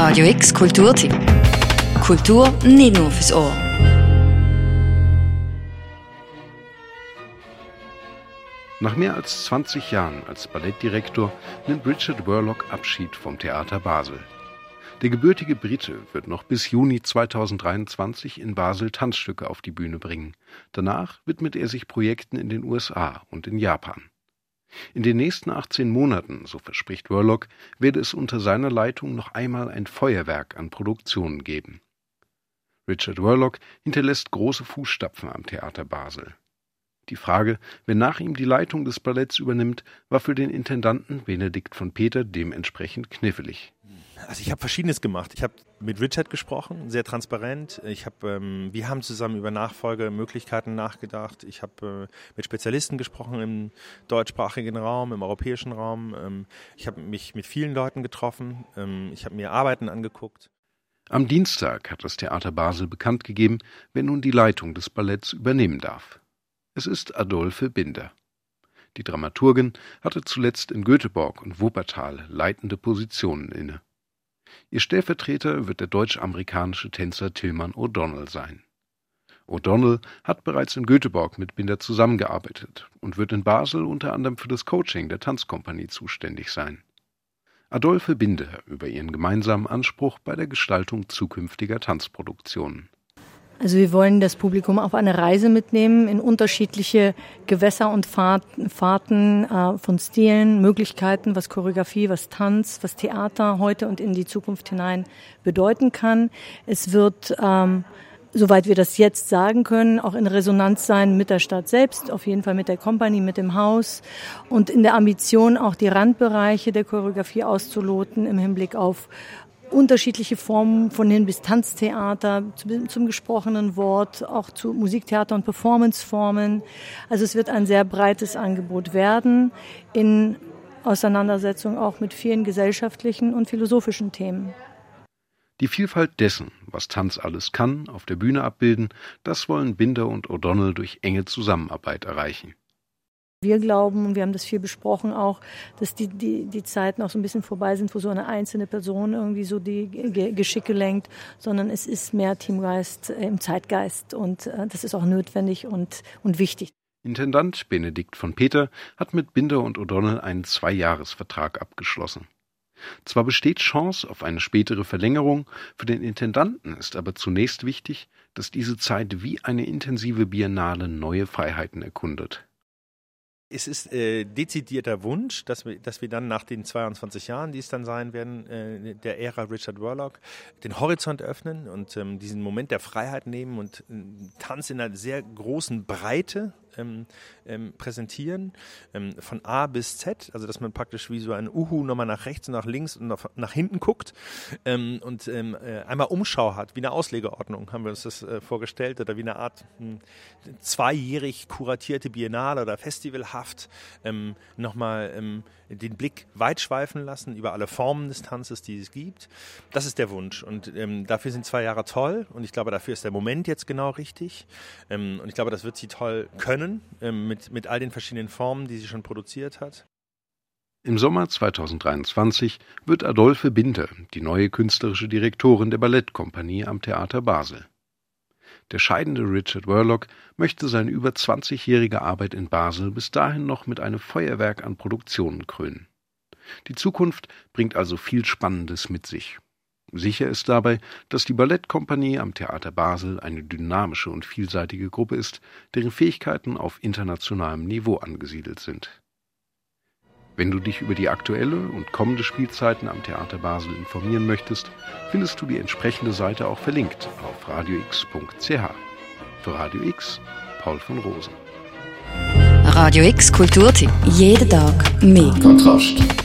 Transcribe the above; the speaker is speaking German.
Radio X Kulturtipp. Kultur nicht nur fürs Ohr. Nach mehr als 20 Jahren als Ballettdirektor nimmt Richard Worlock Abschied vom Theater Basel. Der gebürtige Brite wird noch bis Juni 2023 in Basel Tanzstücke auf die Bühne bringen. Danach widmet er sich Projekten in den USA und in Japan. In den nächsten 18 Monaten, so verspricht Worlock, werde es unter seiner Leitung noch einmal ein Feuerwerk an Produktionen geben. Richard Worlock hinterlässt große Fußstapfen am Theater Basel. Die Frage, wer nach ihm die Leitung des Balletts übernimmt, war für den Intendanten Benedikt von Peter dementsprechend knifflig. Also ich habe Verschiedenes gemacht. Ich habe mit Richard gesprochen, sehr transparent. Wir haben zusammen über Nachfolgemöglichkeiten nachgedacht. Ich habe mit Spezialisten gesprochen im deutschsprachigen Raum, im europäischen Raum. Ich habe mich mit vielen Leuten getroffen. Ich habe mir Arbeiten angeguckt. Am Dienstag hat das Theater Basel bekannt gegeben, wer nun die Leitung des Balletts übernehmen darf. Es ist Adolphe Binder. Die Dramaturgin hatte zuletzt in Göteborg und Wuppertal leitende Positionen inne. Ihr Stellvertreter wird der deutsch-amerikanische Tänzer Tilman O'Donnell sein. O'Donnell hat bereits in Göteborg mit Binder zusammengearbeitet und wird in Basel unter anderem für das Coaching der Tanzkompanie zuständig sein. Adolphe Binder über ihren gemeinsamen Anspruch bei der Gestaltung zukünftiger Tanzproduktionen. Also wir wollen das Publikum auf eine Reise mitnehmen in unterschiedliche Gewässer und Fahrten von Stilen, Möglichkeiten, was Choreografie, was Tanz, was Theater heute und in die Zukunft hinein bedeuten kann. Es wird, soweit wir das jetzt sagen können, auch in Resonanz sein mit der Stadt selbst, auf jeden Fall mit der Company, mit dem Haus und in der Ambition auch die Randbereiche der Choreografie auszuloten im Hinblick auf unterschiedliche Formen von hin bis Tanztheater, zum gesprochenen Wort, auch zu Musiktheater und Performanceformen. Also es wird ein sehr breites Angebot werden in Auseinandersetzung auch mit vielen gesellschaftlichen und philosophischen Themen. Die Vielfalt dessen, was Tanz alles kann, auf der Bühne abbilden, das wollen Binder und O'Donnell durch enge Zusammenarbeit erreichen. Wir glauben, und wir haben das viel besprochen auch, dass die Zeiten auch so ein bisschen vorbei sind, wo so eine einzelne Person irgendwie so die Geschicke lenkt, sondern es ist mehr Teamgeist im Zeitgeist und das ist auch notwendig und wichtig. Intendant Benedikt von Peter hat mit Binder und O'Donnell einen 2-Jahres-Vertrag abgeschlossen. Zwar besteht Chance auf eine spätere Verlängerung, für den Intendanten ist aber zunächst wichtig, dass diese Zeit wie eine intensive Biennale neue Freiheiten erkundet. Es ist dezidierter Wunsch, dass wir dann nach den 22 Jahren, die es dann sein werden, der Ära Richard Worlock, den Horizont öffnen und diesen Moment der Freiheit nehmen und Tanz in einer sehr großen Breite präsentieren, von A bis Z, also dass man praktisch wie so ein Uhu nochmal nach rechts und nach links und nach hinten guckt und einmal Umschau hat, wie eine Auslegeordnung, haben wir uns das vorgestellt, oder wie eine Art 2-jährig kuratierte Biennale oder festivalhaft nochmal den Blick weit schweifen lassen über alle Formen des Tanzes, die es gibt. Das ist der Wunsch und dafür sind 2 Jahre toll und ich glaube, dafür ist der Moment jetzt genau richtig und ich glaube, das wird sie toll können mit all den verschiedenen Formen, die sie schon produziert hat. Im Sommer 2023 wird Adolphe Binder die neue künstlerische Direktorin der Ballettkompanie am Theater Basel. Der scheidende Richard Worlock möchte seine über 20-jährige Arbeit in Basel bis dahin noch mit einem Feuerwerk an Produktionen krönen. Die Zukunft bringt also viel Spannendes mit sich. Sicher ist dabei, dass die Ballettkompanie am Theater Basel eine dynamische und vielseitige Gruppe ist, deren Fähigkeiten auf internationalem Niveau angesiedelt sind. Wenn du dich über die aktuelle und kommende Spielzeiten am Theater Basel informieren möchtest, findest du die entsprechende Seite auch verlinkt auf radiox.ch. Für Radio X, Paul von Rosen. Radio X Kulturtipp. Jeden Tag mehr. Kontrast.